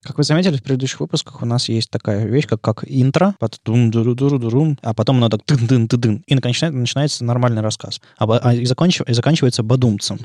Как вы заметили, в предыдущих выпусках у нас есть такая вещь, как интро, а потом оно так тын-тын-тын-тын, и начинается нормальный рассказ. И заканчивается бадумцем.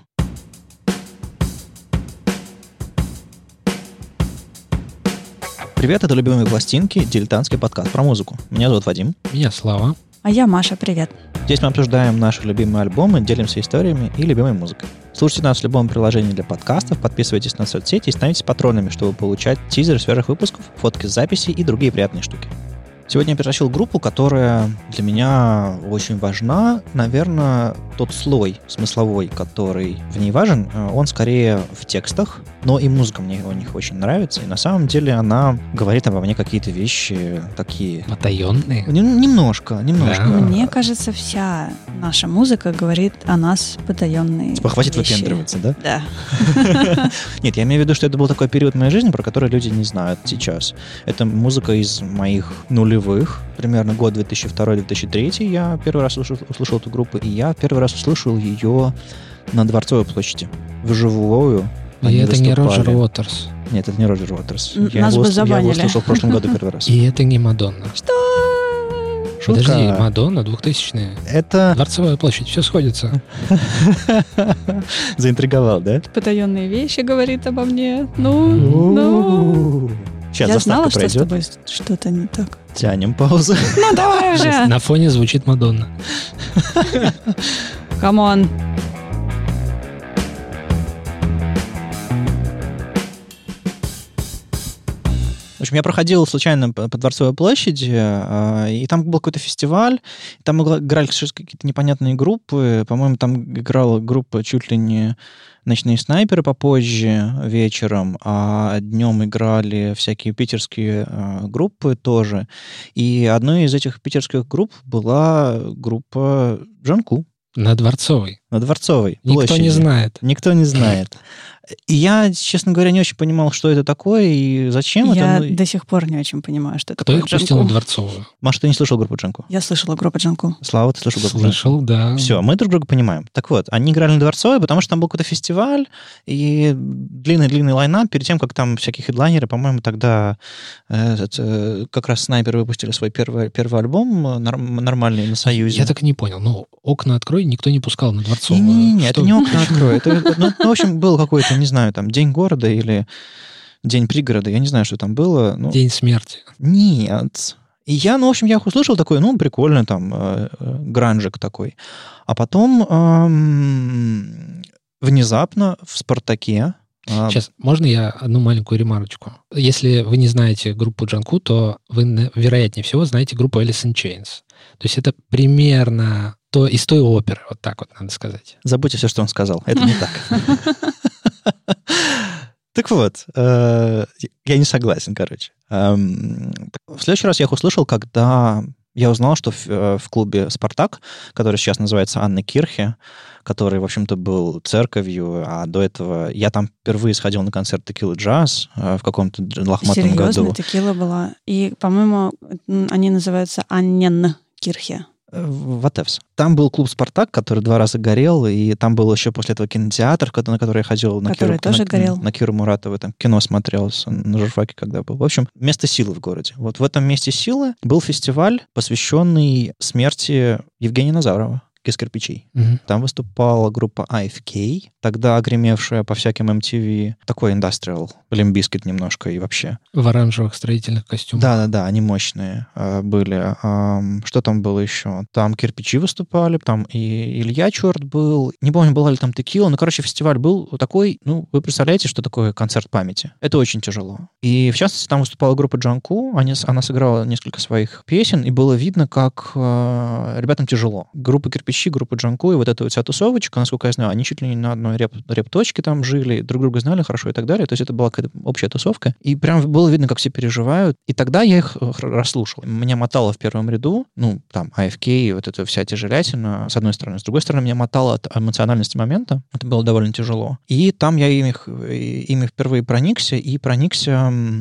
Привет, это «Любимые пластинки», дилетантский подкаст про музыку. Меня зовут Вадим. Меня Слава. А я Маша, привет. Здесь мы обсуждаем наши любимые альбомы, делимся историями и любимой музыкой. Слушайте нас в любом приложении для подкастов, подписывайтесь на соцсети и становитесь патронами, чтобы получать тизеры свежих выпусков, фотки с записей и другие приятные штуки. Сегодня я притащил группу, которая для меня очень важна. Наверное, тот слой смысловой, который в ней важен, он скорее в текстах, но и музыка мне у них очень нравится. И на самом деле она говорит обо мне какие-то вещи такие... Потаенные? Немножко. Да. Мне кажется, вся наша музыка говорит о нас потаенные хватит вещи. Выпендриваться, да? Да. Нет, я имею в виду, что это был такой период моей жизни, про который люди не знают сейчас. Это музыка из моих нулевых, примерно год 2002-2003 я первый раз услышал эту группу, и я первый раз услышал ее на Дворцовой площади, вживую. И это не Роджер Уотерс. Нет, это не Роджер Уотерс. Нас бы забанили. Я его услышал в прошлом году первый раз. И это не Мадонна. Что? Шутка. Подожди, Мадонна, 2000-е. Это... Дворцовая площадь, все сходится. Заинтриговал, да? Потаенные вещи говорит обо мне. Ну. Сейчас я заставка знала, пройдет. что с тобой что-то не так. Тянем паузу. Ну давай уже. На фоне звучит Мадонна. Камон. В общем, я проходил случайно по Дворцовой площади, и там был какой-то фестиваль, там играли какие-то непонятные группы, по-моему, там играла группа чуть ли не «Ночные снайперы» попозже вечером, а днем играли всякие питерские группы тоже. И одной из этих питерских групп была группа «Джанку». На Дворцовой. На Дворцовой Никто площади. не знает. Никто не знает. И я, честно говоря, не очень понимал, что это такое и зачем я это. до сих пор не очень понимаю, что это Кто такое их пустил на Дворцовую? Маша, ты не слышал группу «Джанку»? Я слышала группу «Джанку». Слава, ты слышал группу «Джанку»? Слышал, да. Все, мы друг друга понимаем. Так вот, они играли на Дворцовой, потому что там был какой-то фестиваль и длинный-длинный лайнап. Перед тем, как там всякие хедлайнеры, по-моему, тогда как раз «Снайперы» выпустили свой первый альбом нормальный на «Союзе». Я так и не понял. Ну, окна открой, никто не пускал на Дворцовую. Не, это не окна открой. В общем, был какой-то, не знаю, там, День города или День пригорода. Я не знаю, что там было. День смерти. Нет. И я, в общем, я их услышал такой, прикольно, там, гранжик такой. А потом внезапно в «Спартаке». Сейчас, можно я одну маленькую ремарочку? Если вы не знаете группу Джанку, то вы, вероятнее всего, знаете группу Alice in Chains. То есть это примерно из той оперы, вот так вот надо сказать. Забудьте все, что он сказал. Это не так. Так вот, я не согласен, короче. В следующий раз я их услышал, когда я узнал, что в клубе «Спартак», который сейчас называется «Анна Кирхе», который, в общем-то, был церковью, а до этого я там впервые сходил на концерт «Текилы Джаз» в каком-то лохматом году. Серьезно, «Текила» была. И, по-моему, они называются «Аннен Кирхе». Ватевс. Там был клуб «Спартак», который 2 раза горел, и там был еще после этого кинотеатр, на который я ходил. Который тоже горел. На Киру Муратовой, там кино смотрел на журфаке, когда был. В общем, место силы в городе. Вот в этом месте силы был фестиваль, посвященный смерти Евгения Назарова из «Кирпичей». Угу. Там выступала группа IFK, тогда гремевшая по всяким MTV. Такой индастриал, Limp Bizkit немножко и вообще. В оранжевых строительных костюмах. Да, они мощные были. Что там было еще? Там «Кирпичи» выступали, там и Илья Черт был. Не помню, была ли там «Текила», но, короче, фестиваль был такой, вы представляете, что такое концерт памяти? Это очень тяжело. И, в частности, там выступала группа «Джанку», она сыграла несколько своих песен, и было видно, как ребятам тяжело. Группа «Кирпичи», группа «Джанку» и вот эта вот вся тусовочка, насколько я знаю, они чуть ли не на одной реп-точке там жили, друг друга знали хорошо и так далее. То есть это была какая-то общая тусовка. И прям было видно, как все переживают. И тогда я их расслушал. Меня мотало в первом ряду, там, AFK и вот эта вся тяжелятина, с одной стороны. С другой стороны, меня мотало от эмоциональности момента. Это было довольно тяжело. И там я ими впервые проникся,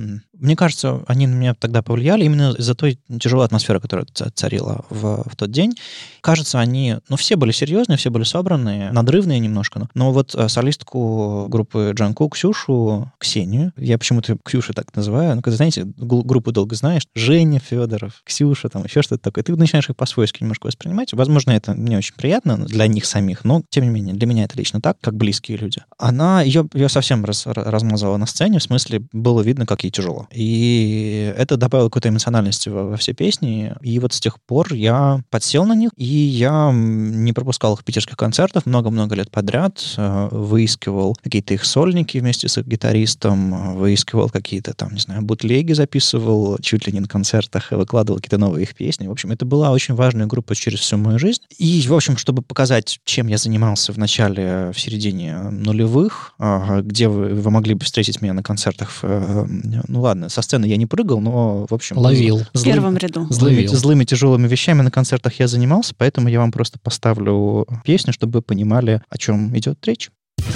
мне кажется, они на меня тогда повлияли именно из-за той тяжелой атмосферы, которая царила в тот день. Кажется, они, все были серьезные, все были собранные, надрывные немножко. Но вот солистку группы Джанку, Ксению, я почему-то Ксюшу так называю, когда, знаете, группу долго знаешь, Женя Федоров, Ксюша, там еще что-то такое, ты начинаешь их по-свойски немножко воспринимать. Возможно, это не очень приятно для них самих, но, тем не менее, для меня это лично так, как близкие люди. Ее совсем размазала на сцене, в смысле, было видно, как ей тяжело. И это добавило какой-то эмоциональности во все песни. И вот с тех пор я подсел на них, и я не пропускал их питерских концертов много-много лет подряд, выискивал какие-то их сольники вместе с их гитаристом, выискивал какие-то там, не знаю, бутлеги записывал чуть ли не на концертах, выкладывал какие-то новые их песни. В общем, это была очень важная группа через всю мою жизнь. И, в общем, чтобы показать, чем я занимался в середине нулевых, где вы могли бы встретить меня на концертах. Ну ладно, со сцены я не прыгал, но, в общем... Ловил. В первом ряду. Злыми тяжелыми вещами на концертах я занимался, поэтому я вам просто поставлю песню, чтобы вы понимали, о чем идет речь.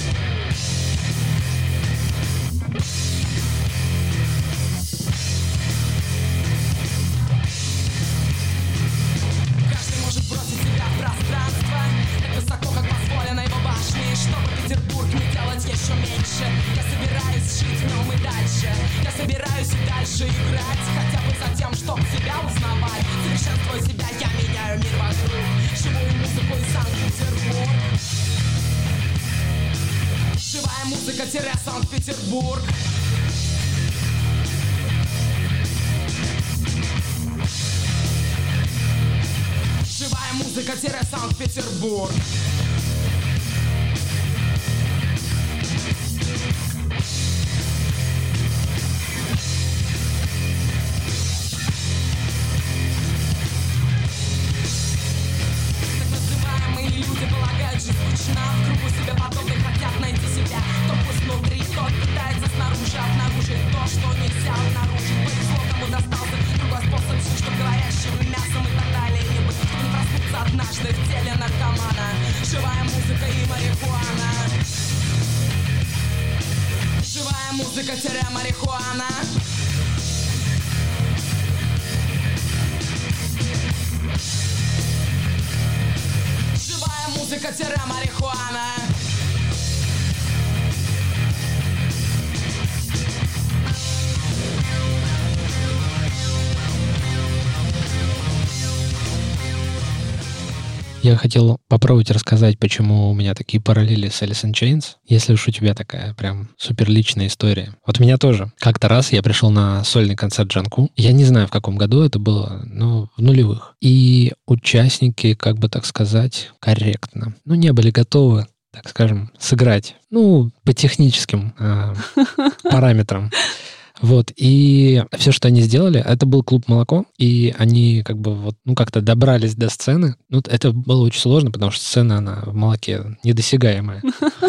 Играть, хотя бы за тем, чтоб себя узнавать. Совершенствуя себя, я меняю мир вокруг. Живую музыку из Санкт-Петербург. Живая музыка, Санкт-Петербург. Живая музыка, Санкт-Петербург. В кругу себе подобных хотят найти себя. Кто пусть внутри, тот пытается снаружи обнаружить то, что нельзя обнаружить. Повезло, кому достался другой способ жить, чтоб говорящим мясом и так далее не быть. Чтобы не проснуться однажды в теле наркомана. Живая музыка и марихуана. Живая музыка, марихуана. Музыка, марихуана. Я хотел попробовать рассказать, почему у меня такие параллели с Alice in Chains, если уж у тебя такая прям супер личная история. Вот у меня тоже. Как-то раз я пришел на сольный концерт Джанку. Я не знаю, в каком году это было, но в нулевых. И участники, как бы так сказать, корректно, не были готовы, так скажем, сыграть, по техническим параметрам. Вот, и все, что они сделали, это был клуб «Молоко», и они как-то добрались до сцены. Это было очень сложно, потому что сцена, она в «Молоке» недосягаемая.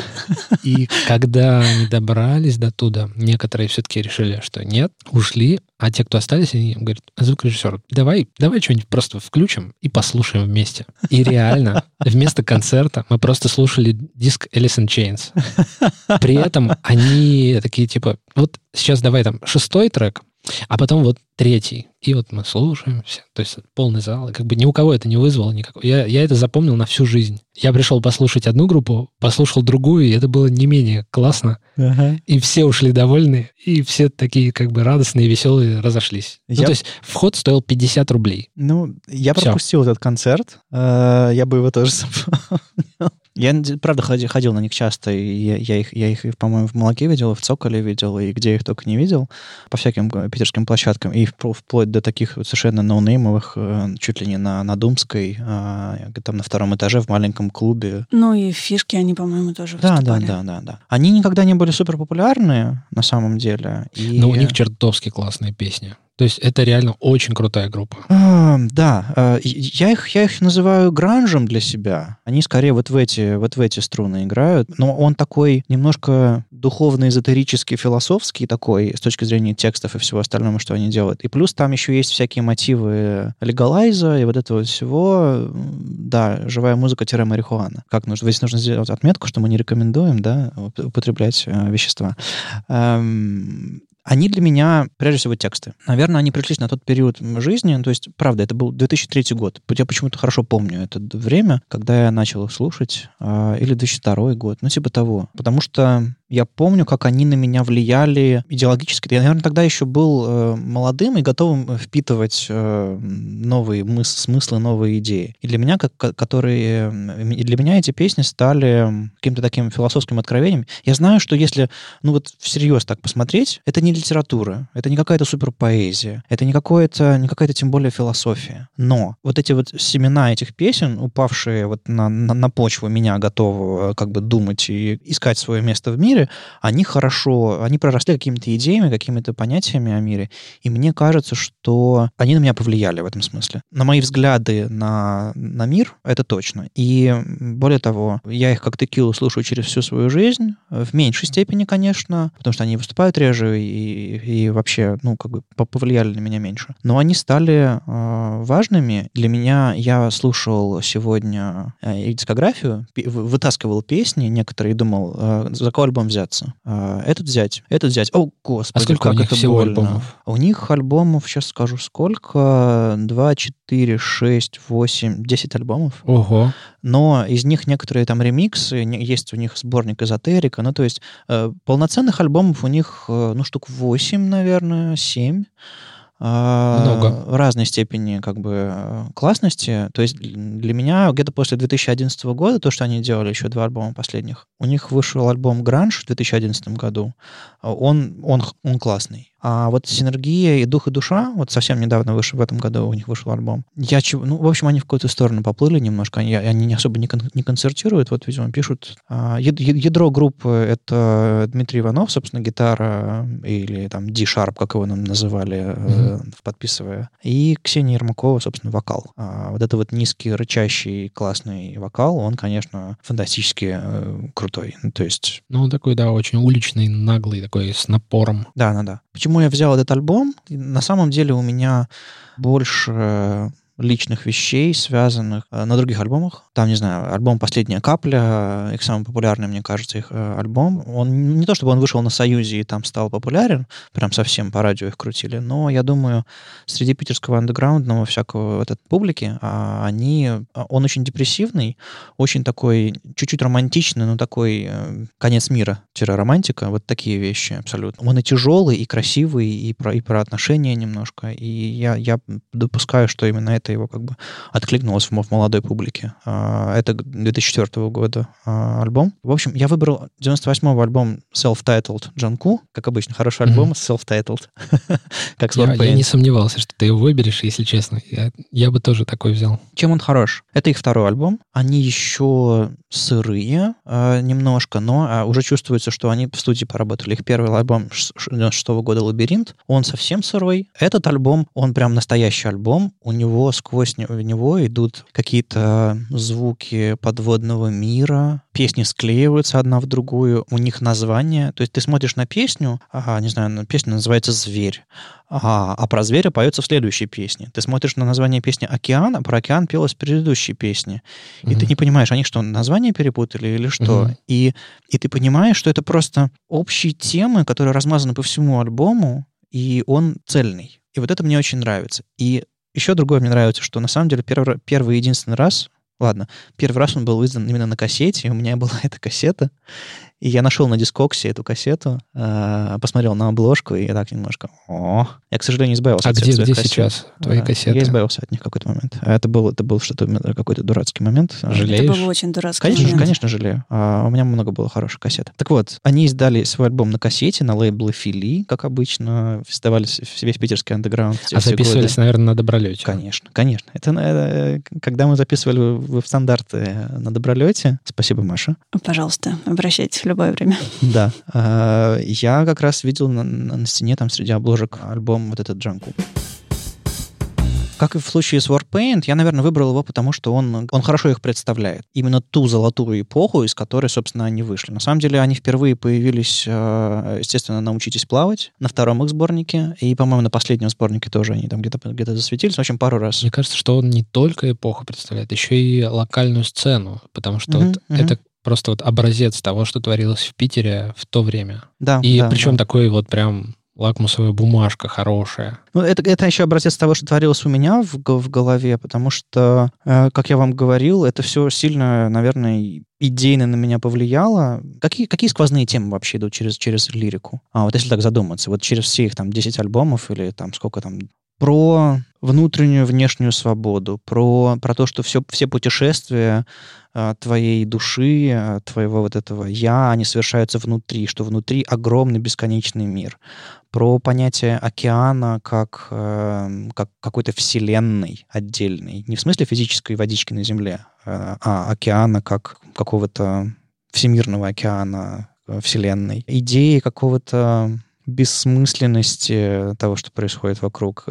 И когда они добрались до туда, некоторые все-таки решили, что нет, ушли, а те, кто остались, они говорят: звукорежиссер, давай что-нибудь просто включим и послушаем вместе. И реально, вместо концерта мы просто слушали диск Alice in Chains. При этом они такие, вот сейчас давай там 6-й трек, а потом вот 3-й. И вот мы слушаем все. То есть полный зал. И ни у кого это не вызвало никакого. Я это запомнил на всю жизнь. Я пришел послушать одну группу, послушал другую, и это было не менее классно. Ага. И все ушли довольны, и все такие радостные, веселые разошлись. То есть вход стоил 50 рублей. Я пропустил этот концерт. Я бы его тоже запомнил. Я, правда, ходил на них часто, и я их, по-моему, в «Молоке» видел, в «Цоколе» видел, и где я их только не видел, по всяким питерским площадкам, и вплоть до таких совершенно ноунеймовых, чуть ли не на Думской, там на 2-м этаже в маленьком клубе. И фишки они, по-моему, тоже выступали. Да. Они никогда не были супер популярны, на самом деле. Но у них чертовски классные песни. То есть это реально очень крутая группа. Да. Я их называю гранжем для себя. Они скорее вот в эти струны играют. Но он такой немножко духовно-эзотерический, философский такой, с точки зрения текстов и всего остального, что они делают. И плюс там еще есть всякие мотивы легалайза и вот этого всего. Да, живая музыка-марихуана. Здесь нужно сделать отметку, что мы не рекомендуем, употреблять вещества. Они для меня, прежде всего, тексты. Наверное, они пришлись на тот период жизни, то есть, правда, это был 2003 год. Я почему-то хорошо помню это время, когда я начал их слушать, или 2002 год, ну, типа того. Потому что я помню, как они на меня влияли идеологически. Я, наверное, тогда еще был молодым и готовым впитывать новые смыслы, новые идеи. И для меня, для меня эти песни стали каким-то таким философским откровением. Я знаю, что если, ну вот всерьез так посмотреть, это не литература, это не какая-то суперпоэзия, это не какая-то тем более философия. Но вот эти вот семена этих песен, упавшие вот на почву меня, готового как бы думать и искать свое место в мире, они проросли какими-то идеями, какими-то понятиями о мире, и мне кажется, что они на меня повлияли в этом смысле. На мои взгляды на мир, это точно. И более того, я их как текилу слушаю через всю свою жизнь, в меньшей степени, конечно, потому что они выступают реже и вообще, ну, как бы повлияли на меня меньше. Но они стали важными. Для меня я слушал сегодня их дискографию, вытаскивал песни некоторые и думал, за какой альбом взяться. Этот взять. О, господи, а сколько как у них это всего больно. альбомов? У них альбомов, сейчас скажу, сколько? 2, 4, 6, 8, 10 альбомов. Ого. Но из них некоторые там ремиксы, есть у них сборник эзотерика, ну, то есть полноценных альбомов у них, ну, штук 8, наверное, 7. Много. В разной степени как бы классности. То есть для меня где-то после 2011 года, то, что они делали, еще 2 альбома последних, у них вышел альбом «Гранж» в 2011 году. Он классный. А вот «Синергия» и «Дух и душа», вот совсем недавно в этом году у них вышел альбом. В общем, они в какую-то сторону поплыли немножко, они особо не концертируют, вот, видимо, пишут. Ядро группы — это Дмитрий Иванов, собственно, гитара, или там D-Sharp, как его нам называли, подписывая. И Ксения Ермакова, собственно, вокал. Вот это вот низкий, рычащий, классный вокал, он, конечно, фантастически крутой. То есть... Ну, он такой, да, очень уличный, наглый, такой, с напором. Да. Почему я взял этот альбом? На самом деле у меня больше личных вещей, связанных на других альбомах. Там, не знаю, альбом «Последняя капля», их самый популярный, мне кажется, их альбом. Он не то чтобы он вышел на Союзе и там стал популярен, прям совсем по радио их крутили, но, я думаю, среди питерского андеграундного всякого публики он очень депрессивный, очень такой, чуть-чуть романтичный, но такой конец мира, романтика, вот такие вещи абсолютно. Он и тяжелый, и красивый, и про отношения немножко, и я допускаю, что именно это его как бы откликнулось в молодой публике. Это 2004 года альбом. В общем, я выбрал 98-го альбом Self-Titled Джанку, как обычно, хороший альбом, Self-Titled. Как я не сомневался, что ты его выберешь, если честно. Я бы тоже такой взял. Чем он хорош? Это их второй альбом. Они еще сырые немножко, но уже чувствуется, что они в студии поработали. Их первый альбом 96-го года «Лабиринт», он совсем сырой. Этот альбом, он прям настоящий альбом. У него сквозь него идут какие-то звуки подводного мира, песни склеиваются одна в другую, у них название. То есть ты смотришь на песню, не знаю, песня называется «Зверь», а про зверя поется в следующей песне. Ты смотришь на название песни «Океан», а про океан пелось в предыдущей песне. И ты не понимаешь, они что, название перепутали или что? И ты понимаешь, что это просто общие темы, которые размазаны по всему альбому, и он цельный. И вот это мне очень нравится. И еще другое мне нравится, что на самом деле первый и единственный раз он был издан именно на кассете, и у меня была эта кассета, и я нашел на Дискоксе эту кассету, посмотрел на обложку, и я так немножко... Я, к сожалению, избавился от всех своих кассет. Сейчас твои кассеты? Я избавился от них в какой-то момент. Это был что-то, какой-то дурацкий момент. Жалеешь? Это был очень дурацкий момент. Конечно, жалею. У меня много было хороших кассет. Так вот, они издали свой альбом на кассете, на лейбле Фили, как обычно, издавали весь питерский андеграунд. А записывались, наверное, на Добролете? Конечно. Это когда мы записывали в стандарты на Добролете. Спасибо, Маша. Пожалуйста, обращайтесь в любое время. Да. Я как раз видел на стене там среди обложек альбом вот этот Джанку. Как и в случае с Warpaint, я, наверное, выбрал его, потому что он хорошо их представляет. Именно ту золотую эпоху, из которой, собственно, они вышли. На самом деле, они впервые появились, естественно, «Научитесь плавать» на втором их сборнике, и, по-моему, на последнем сборнике тоже они там где-то засветились, в общем, пару раз. Мне кажется, что он не только эпоху представляет, еще и локальную сцену, потому что это просто вот образец того, что творилось в Питере в то время. Да. И причем такой вот прям лакмусовая бумажка хорошая. Ну, это еще образец того, что творилось у меня в голове, потому что, как я вам говорил, это все сильно, наверное, идейно на меня повлияло. Какие сквозные темы вообще идут через лирику? Вот если так задуматься, вот через все их там 10 альбомов или там сколько там... Про внутреннюю, внешнюю свободу, про то, что все путешествия твоей души, твоего вот этого «я», они совершаются внутри, что внутри огромный бесконечный мир. Про понятие океана как какой-то вселенной отдельной. Не в смысле физической водички на Земле, а океана как какого-то всемирного океана вселенной. Идеи какого-то бессмысленности того, что происходит вокруг,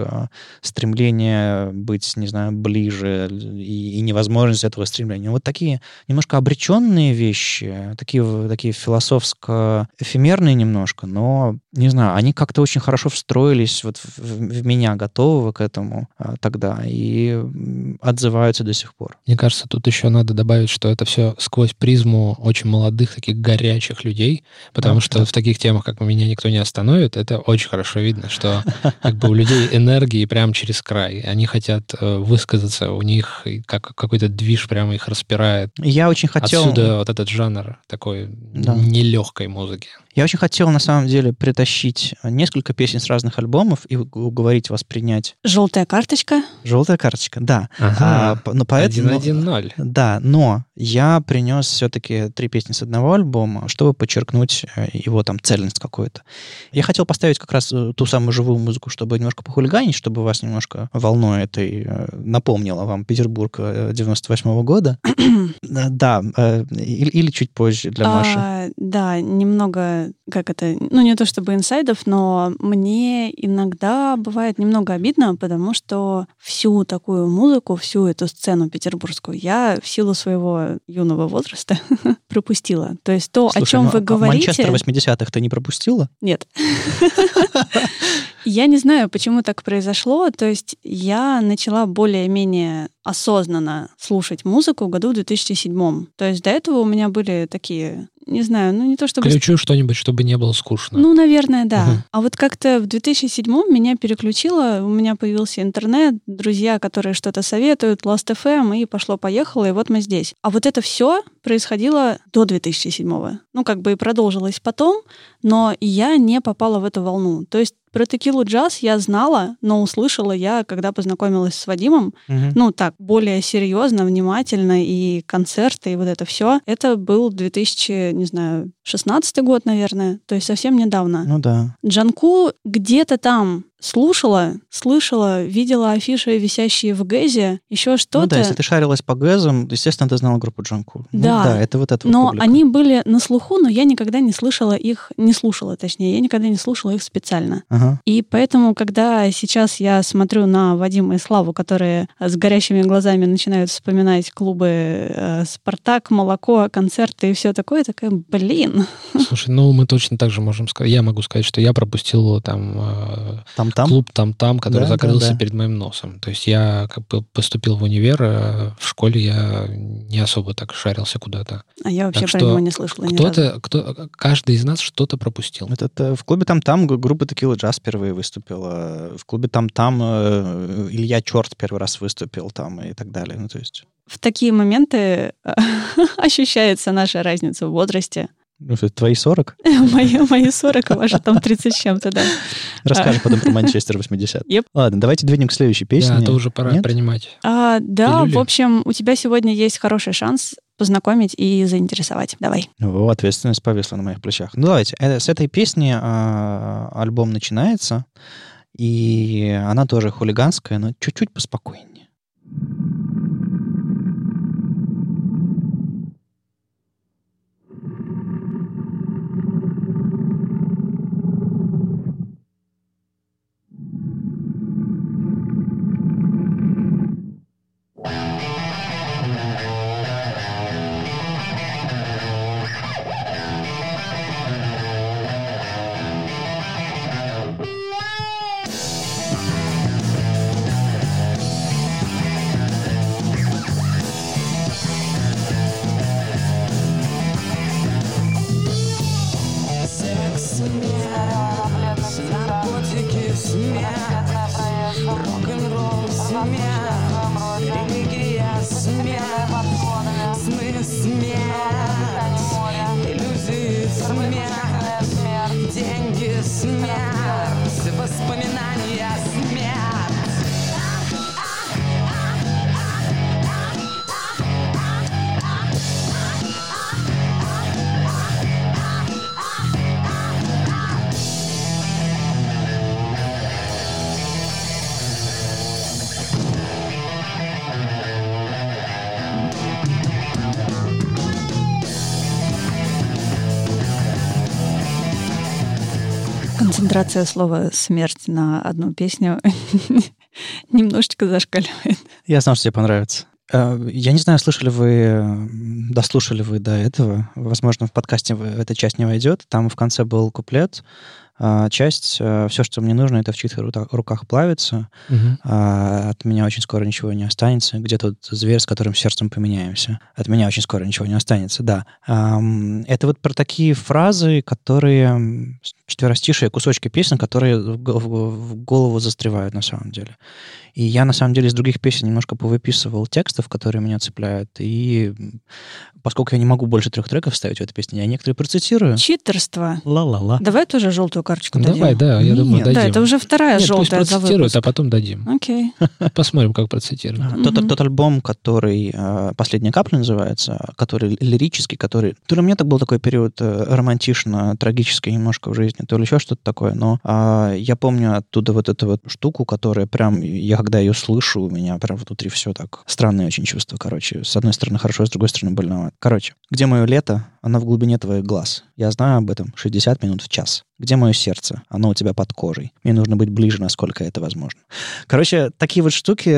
стремление быть, не знаю, ближе и невозможность этого стремления. Вот такие немножко обреченные вещи, такие философско-эфемерные немножко, но, не знаю, они как-то очень хорошо встроились вот в меня, готового к этому тогда, и отзываются до сих пор. Мне кажется, тут еще надо добавить, что это все сквозь призму очень молодых, таких горячих людей, потому что в таких темах, как «Меня никто не остановит», это очень хорошо видно, что как бы у людей энергии прямо через край. Они хотят высказаться, у них какой-то движ прямо их распирает. Я очень хотел... Отсюда вот этот жанр такой нелегкой музыки. Я очень хотел, на самом деле, притащить несколько песен с разных альбомов и уговорить вас принять... «Желтая карточка». «Желтая карточка», да. Ага, но поэтому, 1-1-0. Да, но я принес все-таки 3 песни с одного альбома, чтобы подчеркнуть его там цельность какую-то. Я хотел поставить как раз ту самую живую музыку, чтобы немножко похулиганить, чтобы вас немножко волной этой напомнило вам Петербург 98-го года. Да, или чуть позже для Маши. Да, немного, не то чтобы инсайдов, но мне иногда бывает немного обидно, потому что всю такую музыку, всю эту сцену петербургскую я в силу своего юного возраста пропустила. То есть то, о чем вы говорите... Манчестер 80-х ты не пропустила? Нет. Я не знаю, почему так произошло. То есть я начала более-менее осознанно слушать музыку в году 2007. То есть до этого у меня были такие, не знаю, не то чтобы... Включу что-нибудь, чтобы не было скучно. Наверное, да. А вот как-то в 2007 меня переключило, у меня появился интернет, друзья, которые что-то советуют, Last.fm, и пошло-поехало, и вот мы здесь. А вот это все происходило до 2007-го. И продолжилось потом, но я не попала в эту волну. То есть про текилу джаз я знала, но услышала я, когда познакомилась с Вадимом, более серьезно, внимательно, и концерты, и вот это все. Это был 2016 год, наверное, то есть совсем недавно. Ну да. Джанку где-то там слышала, видела афиши, висящие в Гэзе, еще что-то. Да, если ты шарилась по Гэзам, естественно, ты знала группу Джанку. Да, это вот это. Но они были на слуху, но я никогда не слушала их специально. Ага. И поэтому, когда сейчас я смотрю на Вадима и Славу, которые с горящими глазами начинают вспоминать клубы «Спартак», «Молоко», концерты и все такое, такая, блин. Слушай, мы точно так же можем сказать, я могу сказать, что я пропустил там клуб «Там-там», который закрылся перед моим носом. То есть я поступил в универ, в школе я не особо так шарился куда-то. А я вообще про него не слышала ни разу. Каждый из нас что-то пропустил. В клубе «Там-там» группа «Текила Джаз» впервые выступила. В клубе «Там-там» Илья Черт первый раз выступил там и так далее. То есть... В такие моменты ощущается наша разница в возрасте. Твои 40? Мои 40, а ваши там 30 с чем-то, да. Расскажешь потом про Манчестер 80. Yep. Ладно, давайте двинем к следующей песне. Да, это уже пора принимать. Да, пилюли. В общем, у тебя сегодня есть хороший шанс познакомить и заинтересовать. Давай. Ответственность повисла на моих плечах. Давайте. С этой песни альбом начинается, и она тоже хулиганская, но чуть-чуть поспокойнее. смерть, рок-н-ролл, смерть, религия, смерть, сны, смерть, иллюзии, смерть, деньги, смерть, воспоминания, смерть. Концентрация слова «смерть» на одну песню немножечко зашкаливает. Я знал, что тебе понравится. Я не знаю, дослушали вы до этого. Возможно, в подкасте эта часть не войдет. Там в конце был куплет. Часть «Все, что мне нужно, это в чьих-то руках плавится». От меня очень скоро ничего не останется. Где тот зверь, с которым сердцем поменяемся? От меня очень скоро ничего не останется, да. Это вот про такие фразы, которые... четверостишие, кусочки песен, которые в голову застревают на самом деле. И я, на самом деле, из других песен немножко повыписывал текстов, которые меня цепляют. И поскольку я не могу больше 3 треков вставить в эту песню, я некоторые процитирую. Читерство. Ла-ла-ла. Давай тоже желтую карточку дадим. Давай, да, я думаю, дадим. Да, это уже вторая Нет, желтая пусть за процитируют, выпуск. а потом дадим. Окей. Посмотрим, как процитируют. Тот альбом, который «Последняя капля» называется, который лирический, который у меня так был такой период романтично-трагический немножко в жизни, то ли еще что-то такое, но я помню оттуда вот эту вот штуку, которая прям, я когда ее слышу, у меня прям внутри все так странное очень чувство, короче. С одной стороны хорошо, с другой стороны больновато. Короче, где мое лето? Оно в глубине твоих глаз. Я знаю об этом 60 минут в час. Где мое сердце? Оно у тебя под кожей. Мне нужно быть ближе, насколько это возможно. Короче, такие вот штуки,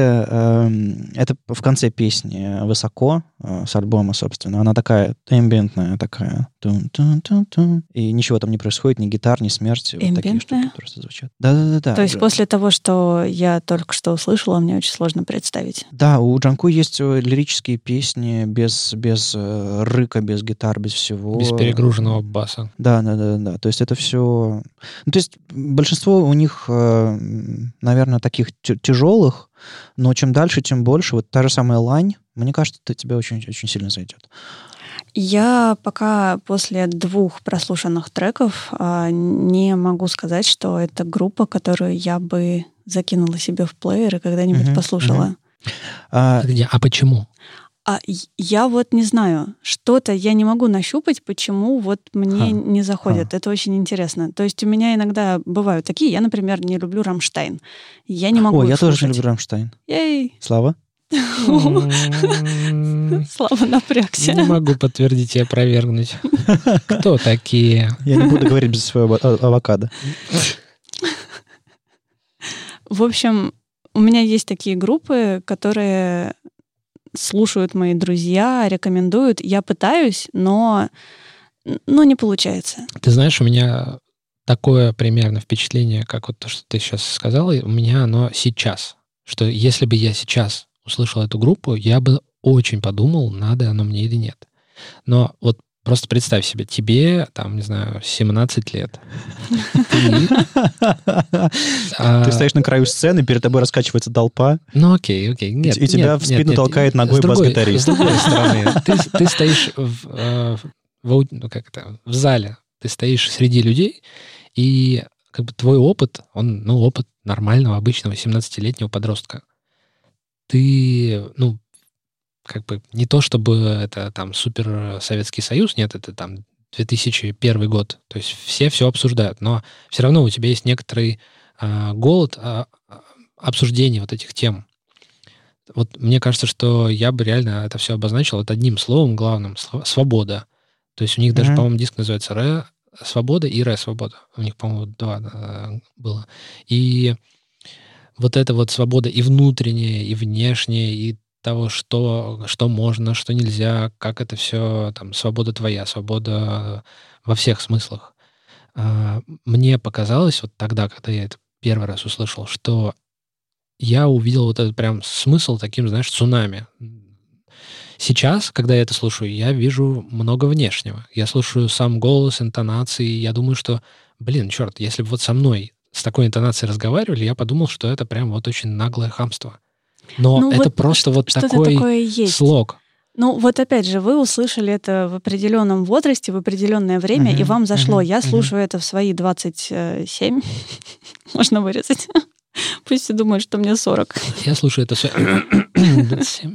это в конце песни «Высоко», с альбома, собственно. Она такая эмбиентная, такая. Тун-тун-тун-тун. И ничего там не происходит, ни гитар, ни смерти. Вот такие штуки просто звучат. Да-да-да. То есть после того, что я только что услышала, мне очень сложно представить. Да, у Джанку есть лирические песни без рыка, без гитар, без всего. Без перегруженного баса. Да. То есть это все... Ну, то есть большинство у них, наверное, таких тяжелых, но чем дальше, тем больше. Вот та же самая «Лань», мне кажется, это тебе очень, очень сильно зайдет. Я пока после 2 прослушанных треков не могу сказать, что это группа, которую я бы закинула себе в плеер и когда-нибудь послушала. А почему? Я вот не знаю, что-то я не могу нащупать, почему вот мне не заходит. Это очень интересно. То есть у меня иногда бывают такие. Я, например, не люблю «Рамштайн». Я не могу их я слушать. тоже не люблю «Рамштайн». Ей! Слава? Слава напрягся. Не могу подтвердить и опровергнуть. Кто такие? Я не буду говорить без своего авокадо. В общем, у меня есть такие группы, которые слушают мои друзья, рекомендуют. Я пытаюсь, но не получается. Ты знаешь, у меня такое примерно впечатление, как вот то, что ты сейчас сказала, у меня оно сейчас. Что если бы я сейчас услышал эту группу, я бы очень подумал, надо оно мне или нет. Но вот просто представь себе, тебе, там, не знаю, 17 лет. Ты стоишь на краю сцены, перед тобой раскачивается толпа. Ну окей. Нет, и тебя в спину толкает ногой бас-гитарист. С другой стороны, ты стоишь в зале, ты стоишь среди людей, и как бы твой опыт, он, опыт нормального, обычного 17-летнего подростка. Ты, как бы не то чтобы это там супер Советский Союз, нет, это там 2001 год. То есть все обсуждают, но все равно у тебя есть некоторый голод обсуждения вот этих тем. Вот мне кажется, что я бы реально это все обозначил вот одним словом главным — свобода. То есть у них даже, по-моему, диск называется «Свобода» и «Свобода». У них, по-моему, 2 было. И вот эта вот свобода и внутренняя, и внешняя, и того, что можно, что нельзя, как это все, там, свобода твоя, свобода во всех смыслах. Мне показалось вот тогда, когда я это первый раз услышал, что я увидел вот этот прям смысл таким, знаешь, цунами. Сейчас, когда я это слушаю, я вижу много внешнего. Я слушаю сам голос, интонации, я думаю, что, черт, если бы вот со мной с такой интонацией разговаривали, я подумал, что это прям вот очень наглое хамство. Но Ну, это вот просто вот что-то такой такое есть. слог. Ну, вот опять же, вы услышали это в определенном возрасте, в определенное время, и вам зашло. Я слушаю это в свои 27. Можно вырезать. Пусть все думают, что мне 40. Я слушаю это все. 27.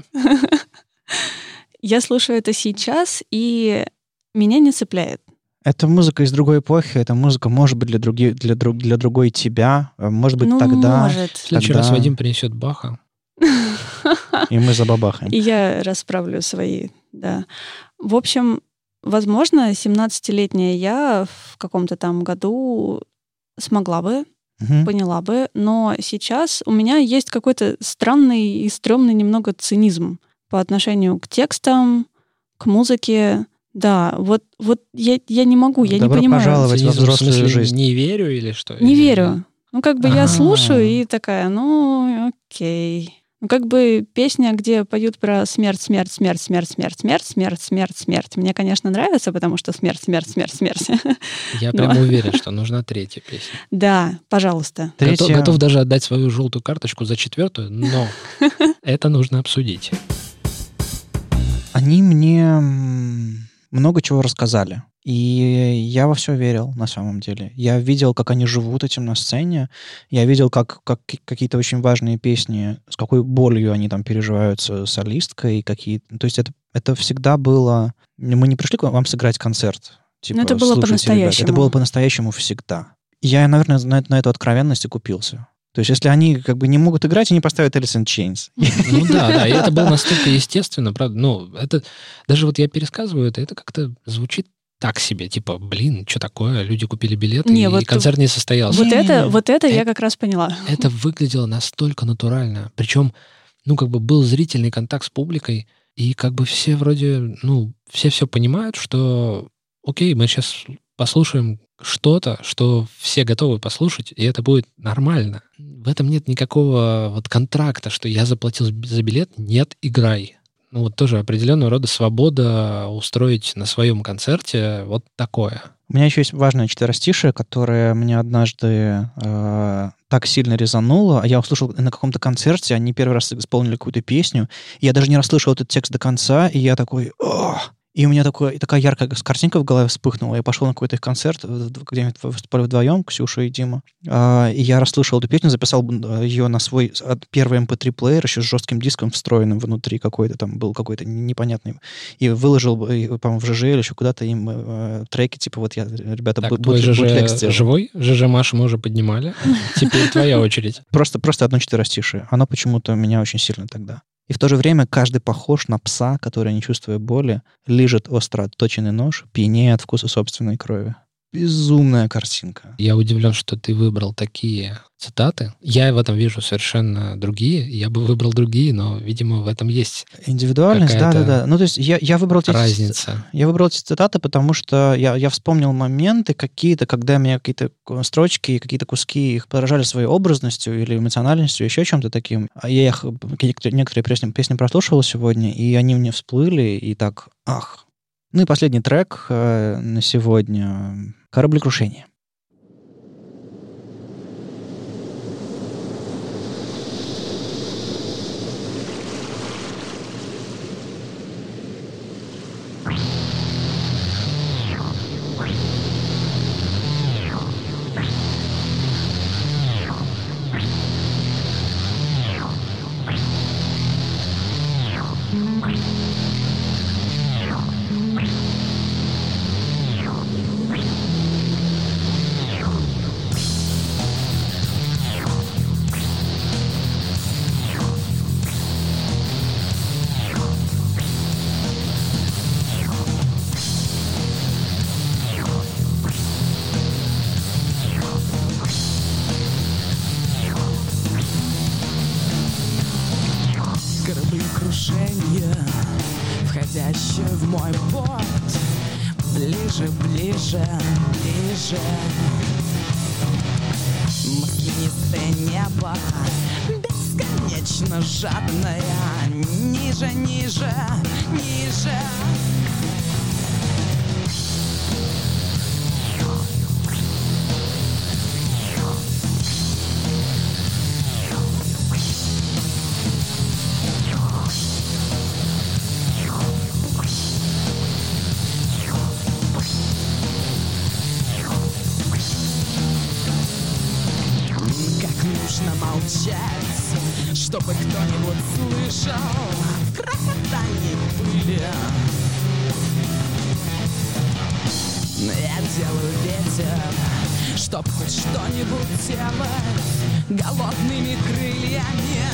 Я слушаю это сейчас, и меня не цепляет. Это музыка из другой эпохи, это музыка, может быть, для другой тебя, может быть, Ну, тогда, может. В следующий раз Вадим принесет Баха. и мы забабахаем. И я расправлю свои, да. В общем, возможно, 17-летняя я в каком-то там году смогла бы, поняла бы, но сейчас у меня есть какой-то странный и стрёмный немного цинизм по отношению к текстам, к музыке. Да, вот я не могу, я Добро не понимаю. пожаловать во Цинизм, в взрослую смысле, жизнь. не верю или что? Не верю. Ну, как бы я А. слушаю и такая, ну, окей. Ну, как бы песня, где поют про смерть, смерть, смерть, смерть, смерть, смерть, смерть, смерть, смерть. Мне, конечно, нравится, потому что смерть, смерть, смерть, смерть. Я прям уверен, что нужна третья песня. Да, пожалуйста. Готов даже отдать свою желтую карточку за 4-ю, но это нужно обсудить. Они мне много чего рассказали. И я во все верил, на самом деле. Я видел, как они живут этим на сцене. Я видел, как какие-то очень важные песни, с какой болью они там переживают с солисткой. То есть это всегда было... Мы не пришли к вам сыграть концерт. Типа, но это было по-настоящему. Это было по-настоящему всегда. Я, наверное, на эту откровенность и купился. То есть, если они как бы не могут играть, они поставят Alice in Chains. Ну да, и это было настолько естественно, правда. Ну, это даже вот я пересказываю это вот звучит так себе, типа, блин, что такое? Люди купили билеты, и концерт не состоялся. Вот это я как раз поняла. Это выглядело настолько натурально. Причем, ну, как бы был зрительный контакт с публикой, и как бы все вроде, ну, все понимают, что, окей, мы сейчас послушаем что-то, что все готовы послушать, и это будет нормально. В этом нет никакого вот контракта, что я заплатил за билет, нет, играй. Ну, вот тоже определенного рода свобода устроить на своем концерте вот такое. У меня еще есть важное четверостишее, которое мне однажды так сильно резануло. Я услышал на каком-то концерте, они первый раз исполнили какую-то песню, и я даже не расслышал этот текст до конца, и я такой... И у меня такая яркая картинка в голове вспыхнула. Я пошел на какой-то их концерт, где мы выступали вдвоем, Ксюша и Дима. И я расслышал эту песню, записал ее на свой первый MP3-плеер, еще с жестким диском встроенным внутри какой-то, там был какой-то непонятный. И выложил, по-моему, в ЖЖ или еще куда-то им треки, типа вот я, ребята, так, твой ЖЖ живой? ЖЖ Машу мы уже поднимали. Теперь твоя очередь. Просто одно четверостишее. Оно почему-то меня очень сильно тогда. И в то же время каждый похож на пса, который, не чувствуя боли, лижет остро отточенный нож, пьянее от вкуса собственной крови. Безумная картинка. Я удивлен, что ты выбрал такие цитаты. Я в этом вижу совершенно другие. Я бы выбрал другие, но, видимо, в этом есть индивидуальность, да. Ну, то есть я выбрал разница. Я выбрал эти цитаты, потому что я вспомнил моменты какие-то, когда меня какие-то строчки, какие-то куски их поражали своей образностью или эмоциональностью, еще чем-то таким. Я их некоторые песни прослушивал сегодня, и они мне всплыли, и так, ах. Ну и последний трек на сегодня — «Кораблекрушение». Кораблекрушение, входящее в мой порт. Ближе, ближе, ближе. Маслянистое небо, бесконечно жадное. Ниже, ниже, ниже. стучать, чтобы кто-нибудь слышал грохотание пыли. Я делаю ветер, чтоб хоть что-нибудь делать голодными крыльями.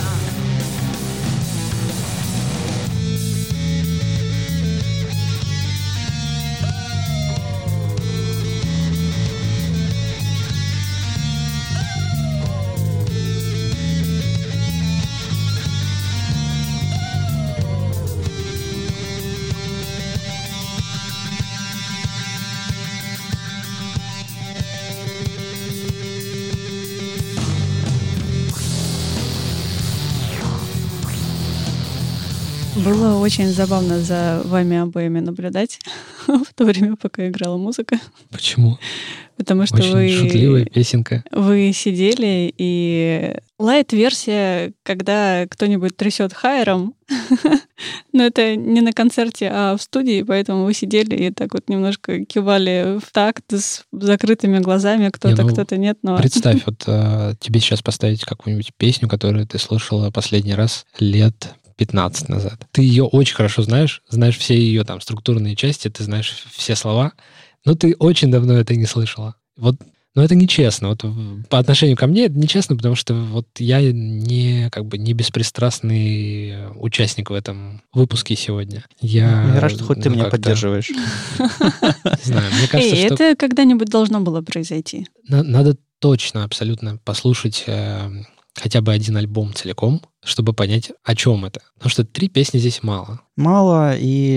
Было очень забавно за вами обоими наблюдать в то время, пока играла музыка. Почему? Потому что Очень шутливая песенка. вы сидели, и лайт-версия, когда кто-нибудь трясет хайером, но это не на концерте, а в студии, поэтому вы сидели и так вот немножко кивали в такт с закрытыми глазами, кто-то, кто-то нет. Но... Представь, вот тебе сейчас поставить какую-нибудь песню, которую ты слушала последний раз лет 15 назад. Ты ее очень хорошо знаешь все ее там структурные части, ты знаешь все слова, но ты очень давно это не слышала. Вот, но это нечестно. Вот по отношению ко мне это нечестно, потому что вот я не беспристрастный участник в этом выпуске сегодня. Я рад, что хоть ты меня поддерживаешь. Не знаю, мне кажется, что... это когда-нибудь должно было произойти. Надо точно, абсолютно послушать хотя бы один альбом целиком, чтобы понять, о чем это. Потому что 3 песни здесь мало. Мало,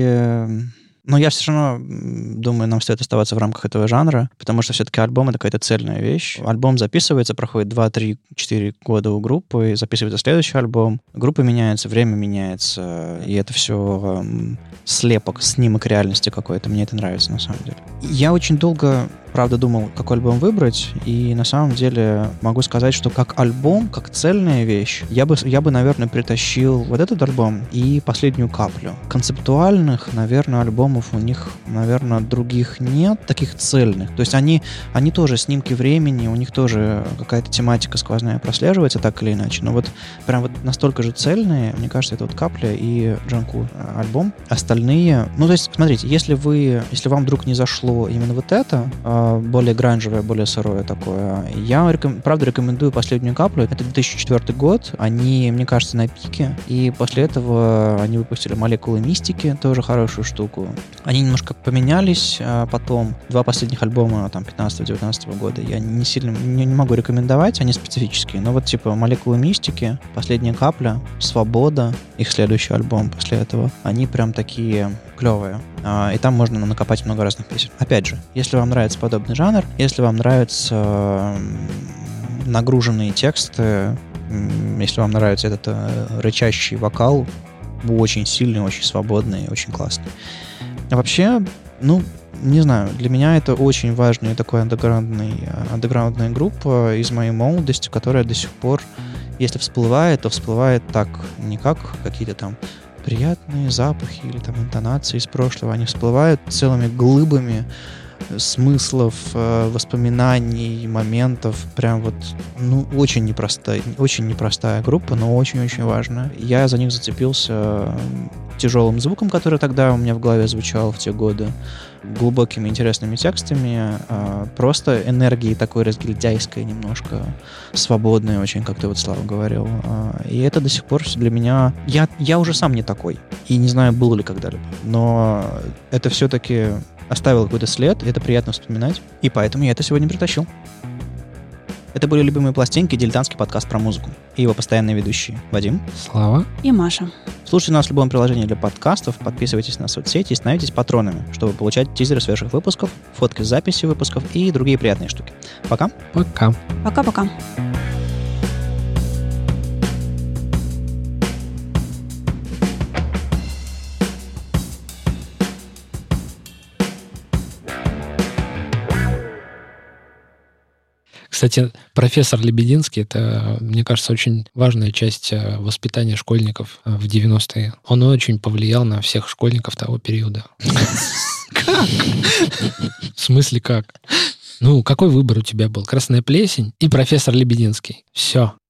но я все равно думаю, нам стоит оставаться в рамках этого жанра, потому что все-таки альбом — это какая-то цельная вещь. Альбом записывается, проходит 2, 3, 4 года у группы, и записывается следующий альбом. Группа меняется, время меняется, и это все слепок, снимок реальности какой-то. Мне это нравится, на самом деле. Я очень долго, правда, думал, какой альбом выбрать, и на самом деле могу сказать, что как альбом, как цельная вещь, я бы, наверное, притащил вот этот альбом и «Последнюю каплю». Концептуальных, наверное, альбомов у них, наверное, других нет, таких цельных. То есть они тоже снимки времени, у них тоже какая-то тематика сквозная прослеживается так или иначе, но вот прям вот настолько же цельные, мне кажется, это вот «Капля» и «Джанку» альбом. Остальные, ну, то есть, смотрите, если вам вдруг не зашло именно вот это, более гранжевое, более сырое такое, я, правда, рекомендую «Последнюю каплю». Это 2004 год, они, мне кажется, на пике, и после этого они выпустили «Молекулы мистики», тоже хорошую штуку. Они немножко поменялись потом. 2 последних альбома, там, 15-19 года, я не сильно, не могу рекомендовать, они специфические, но вот типа «Молекулы мистики», «Последняя капля», «Свобода», их следующий альбом после этого, они прям такие клевые. И там можно накопать много разных песен. Опять же, если вам нравится подобный жанр, если вам нравятся нагруженные тексты, если вам нравится этот рычащий вокал, очень сильный, очень свободный, очень классный. А вообще, не знаю, для меня это очень важная такая андеграундная группа из моей молодости, которая до сих пор, если всплывает, то всплывает так, не как какие-то там приятные запахи или там интонации из прошлого, они всплывают целыми глыбами смыслов, воспоминаний, моментов. Прям вот, очень непростая группа, но очень-очень важная. Я за них зацепился тяжелым звуком, который тогда у меня в голове звучал в те годы, глубокими интересными текстами, просто энергией такой разгильдяйской немножко, свободной очень, как ты вот, Слава, говорил. И это до сих пор для меня... Я уже сам не такой. И не знаю, был ли когда-либо. Но это все-таки оставил какой-то след, и это приятно вспоминать. И поэтому я это сегодня притащил. Это были «Любимые пластинки», дилетантский подкаст про музыку. И его постоянные ведущие Вадим, Слава и Маша. Слушайте нас в любом приложении для подкастов, подписывайтесь на соцсети и становитесь патронами, чтобы получать тизеры свежих выпусков, фотки с записи выпусков и другие приятные штуки. Пока. Пока. Пока-пока. Кстати, профессор Лебединский — это, мне кажется, очень важная часть воспитания школьников в 90-е. Он очень повлиял на всех школьников того периода. Как? В смысле как? Какой выбор у тебя был? «Красная плесень» и профессор Лебединский. Все.